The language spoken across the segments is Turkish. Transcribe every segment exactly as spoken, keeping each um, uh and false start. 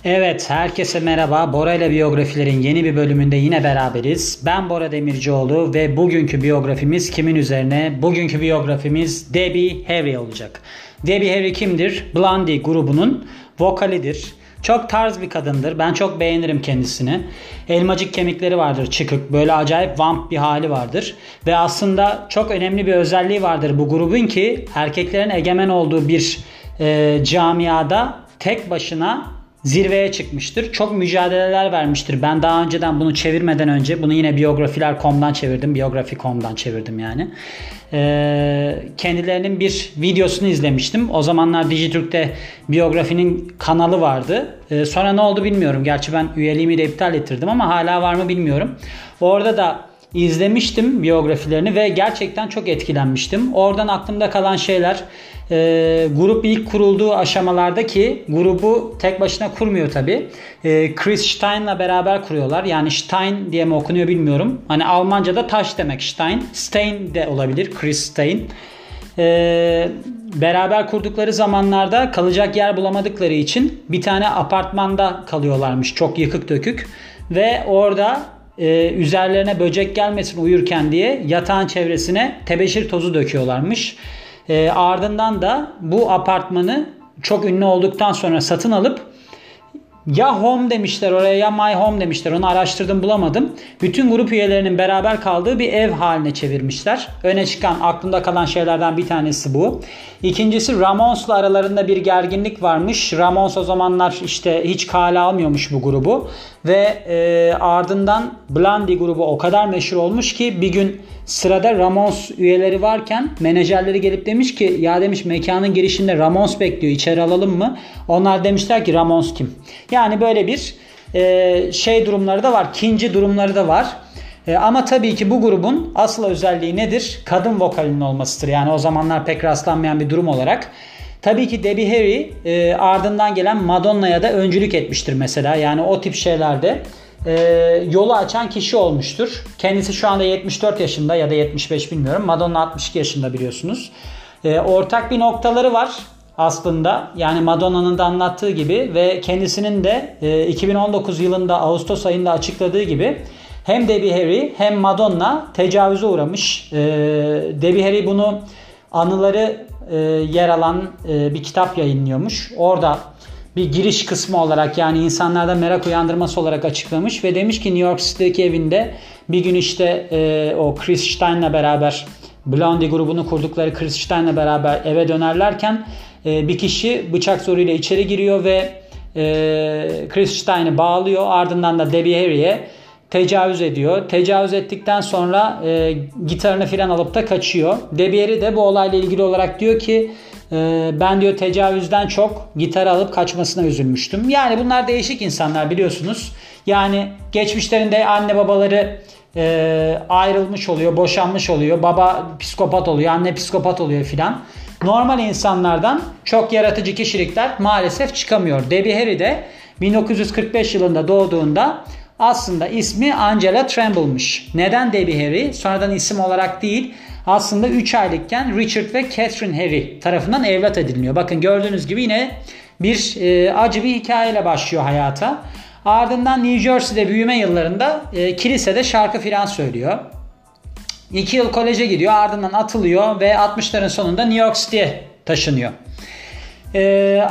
Evet, herkese merhaba. Bora ile biyografilerin yeni bir bölümünde yine beraberiz. Ben Bora Demircioğlu ve bugünkü biyografimiz kimin üzerine? Bugünkü biyografimiz Debbie Harry olacak. Debbie Harry kimdir? Blondie grubunun vokalidir. Çok tarz bir kadındır. Ben çok beğenirim kendisini. Elmacık kemikleri vardır, çıkık. Böyle acayip vamp bir hali vardır. Ve aslında çok önemli bir özelliği vardır bu grubun ki erkeklerin egemen olduğu bir e, camiada tek başına zirveye çıkmıştır. Çok mücadeleler vermiştir. Ben daha önceden bunu çevirmeden önce bunu yine biyografiler nokta com'dan çevirdim. biyografi nokta com'dan çevirdim yani. Ee, kendilerinin bir videosunu izlemiştim. O zamanlar Dijitürk'te biyografinin kanalı vardı. Ee, sonra ne oldu bilmiyorum. Gerçi ben üyeliğimi de iptal ettirdim ama hala var mı bilmiyorum. Orada da izlemiştim biyografilerini ve gerçekten çok etkilenmiştim. Oradan aklımda kalan şeyler e, grup ilk kurulduğu aşamalarda ki grubu tek başına kurmuyor tabi. E, Chris Stein'la beraber kuruyorlar. Yani Stein diye mi okunuyor bilmiyorum. Hani Almanca'da taş demek Stein. Stein de olabilir. Chris Stein. E, beraber kurdukları zamanlarda kalacak yer bulamadıkları için bir tane apartmanda kalıyorlarmış. Çok yıkık dökük. Ve orada Ee, üzerlerine böcek gelmesin uyurken diye yatağın çevresine tebeşir tozu döküyorlarmış. Ee, ardından da bu apartmanı çok ünlü olduktan sonra satın alıp ya home demişler oraya ya my home demişler. Onu araştırdım bulamadım. Bütün grup üyelerinin beraber kaldığı bir ev haline çevirmişler. Öne çıkan aklımda kalan şeylerden bir tanesi bu. İkincisi Ramones'la aralarında bir gerginlik varmış. Ramones o zamanlar işte hiç kale almıyormuş bu grubu. Ve e, ardından Blondie grubu o kadar meşhur olmuş ki bir gün sırada Ramones üyeleri varken menajerleri gelip demiş ki ya demiş mekanın girişinde Ramones bekliyor, içeri alalım mı? Onlar demişler ki Ramones kim? Yani böyle bir e, şey durumları da var. Kinci durumları da var. E, ama tabii ki bu grubun asıl özelliği nedir? Kadın vokalinin olmasıdır. Yani o zamanlar pek rastlanmayan bir durum olarak. Tabii ki Debbie Harry e, ardından gelen Madonna'ya da öncülük etmiştir mesela. Yani o tip şeylerde e, yolu açan kişi olmuştur. Kendisi şu anda yetmiş dört yaşında ya da yetmiş beş bilmiyorum. Madonna altmış iki yaşında biliyorsunuz. E, ortak bir noktaları var aslında. Yani Madonna'nın da anlattığı gibi ve kendisinin de e, iki bin on dokuz yılında Ağustos ayında açıkladığı gibi hem Debbie Harry hem Madonna tecavüze uğramış. E, Debbie Harry bunu anıları e, yer alan e, bir kitap yayınlıyormuş. Orada bir giriş kısmı olarak yani insanlarda merak uyandırması olarak açıklamış ve demiş ki New York City'deki evinde bir gün işte e, o Chris Stein'la beraber Blondie grubunu kurdukları Chris Stein'la beraber eve dönerlerken e, bir kişi bıçak zoruyla içeri giriyor ve e, Chris Stein'i bağlıyor. Ardından da Debbie Harry'e tecavüz ediyor. Tecavüz ettikten sonra e, gitarını filan alıp da kaçıyor. Debbie Harry de bu olayla ilgili olarak diyor ki e, ben diyor tecavüzden çok gitarı alıp kaçmasına üzülmüştüm. Yani bunlar değişik insanlar biliyorsunuz. Yani geçmişlerinde anne babaları e, ayrılmış oluyor, boşanmış oluyor. Baba psikopat oluyor, anne psikopat oluyor filan. Normal insanlardan çok yaratıcı kişilikler maalesef çıkamıyor. Debbie Harry de bin dokuz yüz kırk beş yılında doğduğunda aslında ismi Angela Tremble'mış. Neden Debbie Harry? Sonradan isim olarak değil. Aslında üç aylıkken Richard ve Catherine Harry tarafından evlat ediniliyor. Bakın gördüğünüz gibi yine bir e, acı bir hikayeyle başlıyor hayata. Ardından New Jersey'de büyüme yıllarında e, kilisede şarkı filan söylüyor. iki yıl koleje gidiyor. Ardından atılıyor ve altmışların sonunda New York City'ye taşınıyor. Eee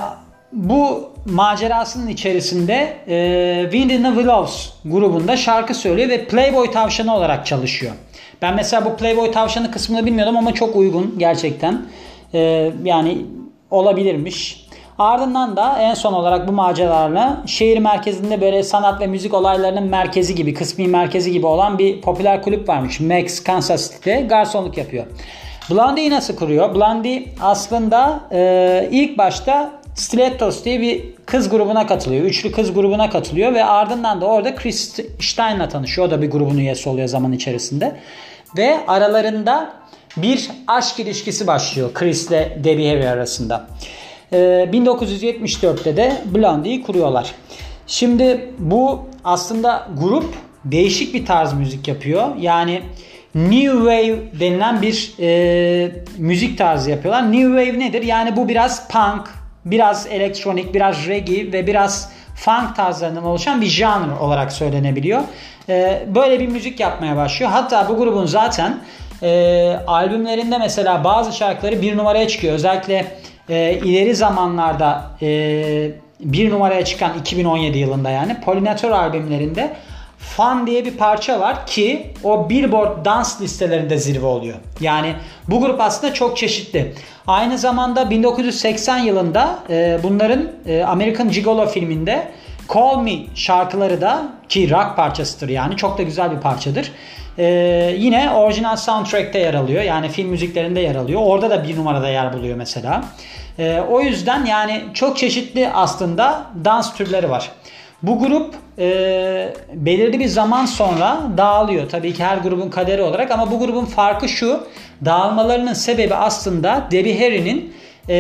Bu macerasının içerisinde e, Wind in the Willows grubunda şarkı söylüyor ve Playboy tavşanı olarak çalışıyor. Ben mesela bu Playboy tavşanı kısmını bilmiyordum ama çok uygun gerçekten. E, yani olabilirmiş. Ardından da en son olarak bu maceralarla şehir merkezinde böyle sanat ve müzik olaylarının merkezi gibi, kısmi merkezi gibi olan bir popüler kulüp varmış. Max, Kansas City'de garsonluk yapıyor. Blondie'yi nasıl kuruyor? Blondie aslında e, ilk başta Stilettos diye bir kız grubuna katılıyor. Üçlü kız grubuna katılıyor ve ardından da orada Chris Stein'la tanışıyor. O da bir grubun üyesi oluyor zaman içerisinde. Ve aralarında bir aşk ilişkisi başlıyor Chris ile Debbie Harry arasında. Ee, bin dokuz yüz yetmiş dörtte de Blondie'yi kuruyorlar. Şimdi bu aslında grup değişik bir tarz müzik yapıyor. Yani New Wave denilen bir e, müzik tarzı yapıyorlar. New Wave nedir? Yani bu biraz punk, biraz elektronik, biraz reggae ve biraz funk tarzlarından oluşan bir genre olarak söylenebiliyor. Ee, böyle bir müzik yapmaya başlıyor. Hatta bu grubun zaten e, albümlerinde mesela bazı şarkıları bir numaraya çıkıyor. Özellikle e, ileri zamanlarda e, bir numaraya çıkan iki bin on yedi yılında yani Pollinator albümlerinde Fun diye bir parça var ki o Billboard dans listelerinde zirve oluyor. Yani bu grup aslında çok çeşitli. Aynı zamanda bin dokuz yüz seksen yılında e, bunların e, American Gigolo filminde Call Me şarkıları da, ki rock parçasıdır yani, çok da güzel bir parçadır. E, yine orijinal soundtrack'te yer alıyor. Yani film müziklerinde yer alıyor. Orada da bir numarada yer buluyor mesela. E, o yüzden yani çok çeşitli aslında dans türleri var. Bu grup e, belirli bir zaman sonra dağılıyor. Tabii ki her grubun kaderi olarak, ama bu grubun farkı şu: dağılmalarının sebebi aslında Debbie Harry'nin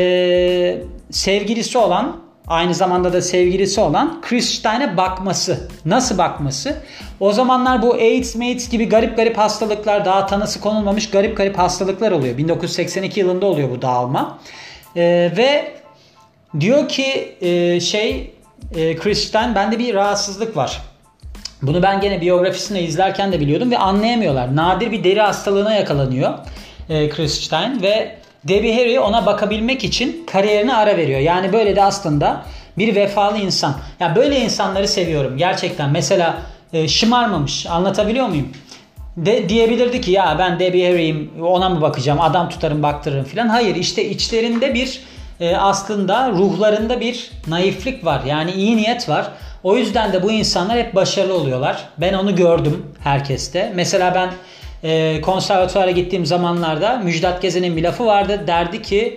e, sevgilisi olan, aynı zamanda da sevgilisi olan Chris Stein'e bakması. Nasıl bakması? O zamanlar bu AIDS, AIDS gibi garip garip hastalıklar, daha tanısı konulmamış garip garip hastalıklar oluyor. bin dokuz yüz seksen iki yılında oluyor bu dağılma. E, ve diyor ki e, şey... Chris Stein, bende bir rahatsızlık var. Bunu ben gene biyografisini izlerken de biliyordum ve anlayamıyorlar. Nadir bir deri hastalığına yakalanıyor Chris Stein ve Debbie Harry ona bakabilmek için kariyerine ara veriyor. Yani böyle de aslında bir vefalı insan. Ya böyle insanları seviyorum gerçekten. Mesela şımarmamış, anlatabiliyor muyum? De, diyebilirdi ki ya ben Debbie Harry'yim, ona mı bakacağım, adam tutarım baktırırım filan. Hayır, işte içlerinde bir e, aslında ruhlarında bir naiflik var. Yani iyi niyet var. O yüzden de bu insanlar hep başarılı oluyorlar. Ben onu gördüm herkeste. Mesela ben e, konservatuvara gittiğim zamanlarda Müjdat Gezen'in bir lafı vardı. Derdi ki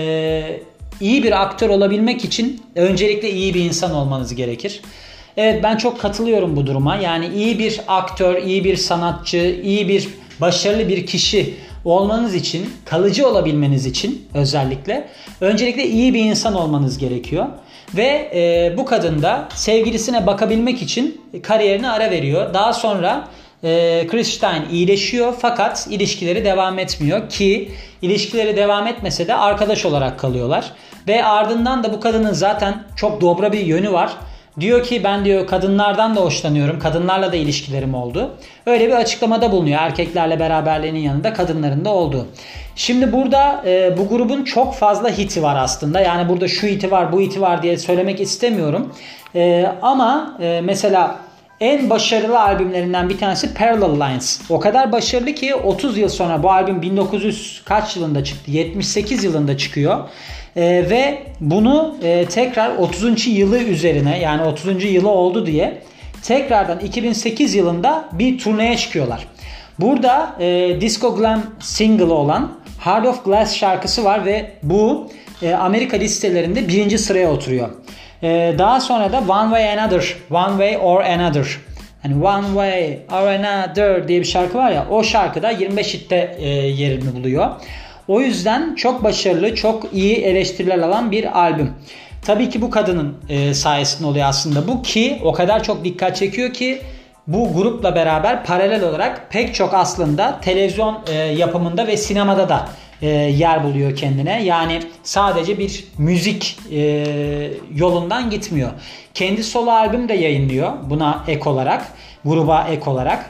e, iyi bir aktör olabilmek için öncelikle iyi bir insan olmanız gerekir. Evet, ben çok katılıyorum bu duruma. Yani iyi bir aktör, iyi bir sanatçı, iyi bir başarılı bir kişi olmanız için, kalıcı olabilmeniz için özellikle öncelikle iyi bir insan olmanız gerekiyor. Ve e, bu kadın da sevgilisine bakabilmek için kariyerine ara veriyor. Daha sonra e, Chris Stein iyileşiyor fakat ilişkileri devam etmiyor ki ilişkileri devam etmese de arkadaş olarak kalıyorlar. Ve ardından da bu kadının zaten çok dobra bir yönü var. Diyor ki ben diyor kadınlardan da hoşlanıyorum. Kadınlarla da ilişkilerim oldu. Öyle bir açıklamada bulunuyor. Erkeklerle beraberliğinin yanında kadınların da olduğu. Şimdi burada e, bu grubun çok fazla hiti var aslında. Yani burada şu hiti var, bu hiti var diye söylemek istemiyorum. E, ama e, mesela en başarılı albümlerinden bir tanesi Parallel Lines. O kadar başarılı ki otuz yıl sonra, bu albüm bin dokuz yüz kaç yılında çıktı? yetmiş sekiz yılında çıkıyor. Ee, ve bunu e, tekrar otuzuncu yılı üzerine, yani otuzuncu yılı oldu diye tekrardan iki bin sekiz yılında bir turneye çıkıyorlar. Burada e, Disco Glam single olan Heart of Glass şarkısı var ve bu e, Amerika listelerinde birinci sıraya oturuyor. E, daha sonra da One Way Another, One Way or Another, yani One Way or Another diye bir şarkı var ya, o şarkıda yirmi beş hitte e, yerini buluyor. O yüzden çok başarılı, çok iyi eleştiriler alan bir albüm. Tabii ki bu kadının e, sayesinde oluyor aslında bu, ki o kadar çok dikkat çekiyor ki bu grupla beraber paralel olarak pek çok aslında televizyon e, yapımında ve sinemada da e, yer buluyor kendine. Yani sadece bir müzik e, yolundan gitmiyor. Kendi solo albüm de yayınlıyor buna ek olarak, gruba ek olarak.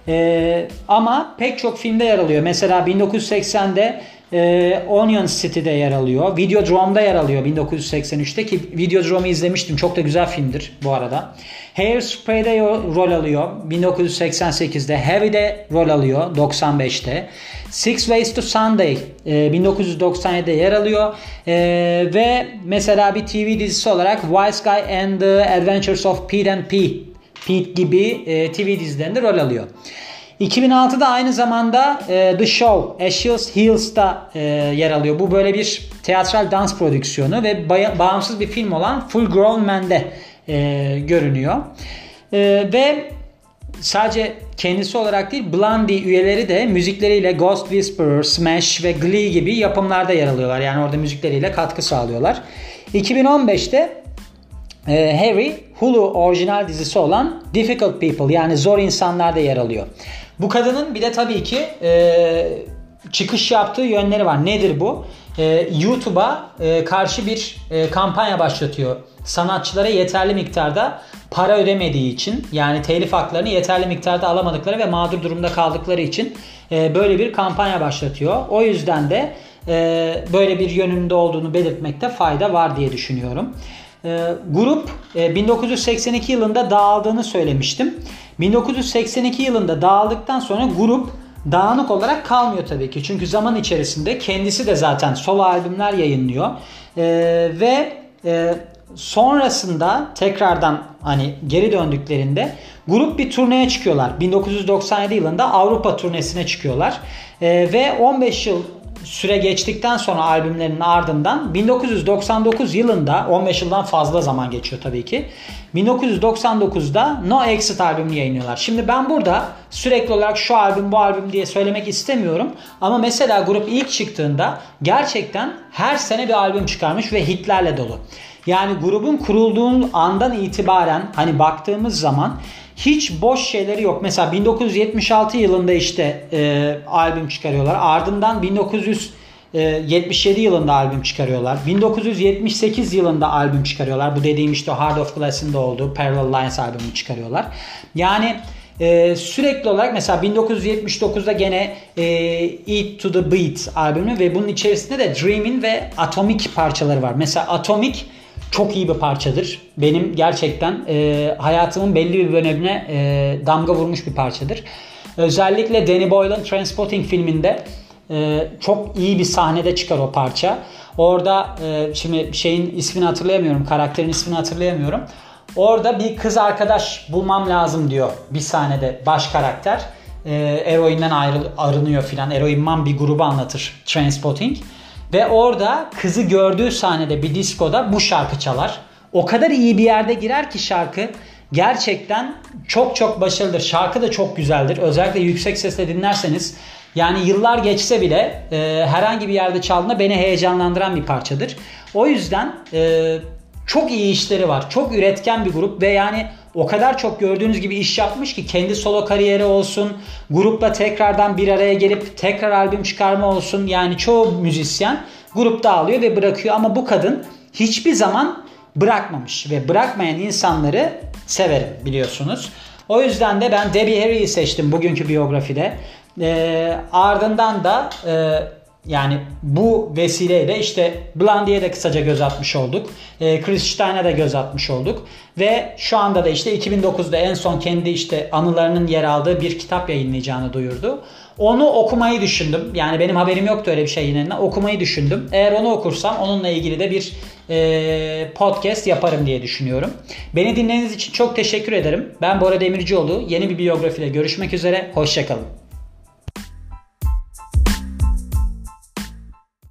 E, ama pek çok filmde yer alıyor. Mesela bin dokuz yüz seksende e, Onion City'de yer alıyor. Videodrome'da yer alıyor bin dokuz yüz seksen üçte, ki Videodrome'u izlemiştim. Çok da güzel filmdir bu arada. Hairspray'de rol alıyor bin dokuz yüz seksen sekizde. Heavy'de rol alıyor doksan beşte. Six Ways to Sunday e, bin dokuz yüz doksan yedide yer alıyor. E, ve mesela bir T V dizisi olarak Wise Guy and the Adventures of Pete and Pete, Pete gibi e, T V dizilerinde rol alıyor. iki bin altıda aynı zamanda e, The Show, Achilles Heels'ta e, yer alıyor. Bu böyle bir teatral dans prodüksiyonu ve baya, bağımsız bir film olan Full Grown Man'de e, görünüyor. E, ve sadece kendisi olarak değil, Blondie üyeleri de müzikleriyle Ghost Whisperer, Smash ve Glee gibi yapımlarda yer alıyorlar. Yani orada müzikleriyle katkı sağlıyorlar. iki bin on beşte e, Harry, Hulu orijinal dizisi olan Difficult People, yani Zor İnsanlar'da yer alıyor. Bu kadının bir de tabii ki e, çıkış yaptığı yönleri var. Nedir bu? Ee, YouTube'a e, karşı bir e, kampanya başlatıyor. Sanatçılara yeterli miktarda para ödemediği için, yani telif haklarını yeterli miktarda alamadıkları ve mağdur durumda kaldıkları için e, böyle bir kampanya başlatıyor. O yüzden de e, böyle bir yönünde olduğunu belirtmekte fayda var diye düşünüyorum. E, grup e, bin dokuz yüz seksen iki yılında dağıldığını söylemiştim. bin dokuz yüz seksen iki yılında dağıldıktan sonra grup dağınık olarak kalmıyor tabii ki. Çünkü zaman içerisinde kendisi de zaten solo albümler yayınlıyor. E, ve e, sonrasında tekrardan hani geri döndüklerinde grup bir turneye çıkıyorlar. bin dokuz yüz doksan yedi yılında Avrupa turnesine çıkıyorlar. E, ve on beş yıl süre geçtikten sonra albümlerinin ardından bin dokuz yüz doksan dokuz yılında, on beş yıldan fazla zaman geçiyor tabii ki, bin dokuz yüz doksan dokuzda No Exit albümünü yayınlıyorlar. Şimdi ben burada sürekli olarak şu albüm bu albüm diye söylemek istemiyorum. Ama mesela grup ilk çıktığında gerçekten her sene bir albüm çıkarmış ve hitlerle dolu. Yani grubun kurulduğu andan itibaren hani baktığımız zaman hiç boş şeyleri yok. Mesela bin dokuz yüz yetmiş altı yılında işte e, albüm çıkarıyorlar. Ardından bin dokuz yüz yetmiş yedi yılında albüm çıkarıyorlar. bin dokuz yüz yetmiş sekiz yılında albüm çıkarıyorlar. Bu dediğim işte Heart of Glass'in de olduğu Parallel Lines albümünü çıkarıyorlar. Yani e, sürekli olarak mesela bin dokuz yüz yetmiş dokuzda gene e, Eat to the Beat albümü ve bunun içerisinde de Dreamin' ve Atomic parçaları var. Mesela Atomic çok iyi bir parçadır. Benim gerçekten e, hayatımın belli bir dönemine e, damga vurmuş bir parçadır. Özellikle Danny Boyle'ın Trainspotting filminde e, çok iyi bir sahnede çıkar o parça. Orada e, şimdi şeyin ismini hatırlayamıyorum, karakterin ismini hatırlayamıyorum. Orada bir kız arkadaş bulmam lazım diyor bir sahnede baş karakter. E, eroinden ayrı, arınıyor filan. Eroinman bir grubu anlatır Trainspotting. Ve orada kızı gördüğü sahnede bir diskoda bu şarkı çalar. O kadar iyi bir yerde girer ki şarkı gerçekten çok çok başarılıdır. Şarkı da çok güzeldir. Özellikle yüksek sesle dinlerseniz, yani yıllar geçse bile e, herhangi bir yerde çaldığında beni heyecanlandıran bir parçadır. O yüzden e, çok iyi işleri var. Çok üretken bir grup ve yani o kadar çok gördüğünüz gibi iş yapmış ki, kendi solo kariyeri olsun, grupla tekrardan bir araya gelip tekrar albüm çıkarma olsun. Yani çoğu müzisyen grupta alıyor ve bırakıyor ama bu kadın hiçbir zaman bırakmamış ve bırakmayan insanları severim biliyorsunuz. O yüzden de ben Debbie Harry'i seçtim bugünkü biyografide. E, ardından da e, yani bu vesileyle işte Blondie'ye de kısaca göz atmış olduk. E, Chris Stein'a da göz atmış olduk. Ve şu anda da işte iki bin dokuzda en son kendi işte anılarının yer aldığı bir kitap yayınlayacağını duyurdu. Onu okumayı düşündüm. Yani benim haberim yoktu öyle bir şey yine. Okumayı düşündüm. Eğer onu okursam onunla ilgili de bir e, podcast yaparım diye düşünüyorum. Beni dinlediğiniz için çok teşekkür ederim. Ben Bora Demircioğlu. Yeni bir biyografide görüşmek üzere. Hoşça kalın.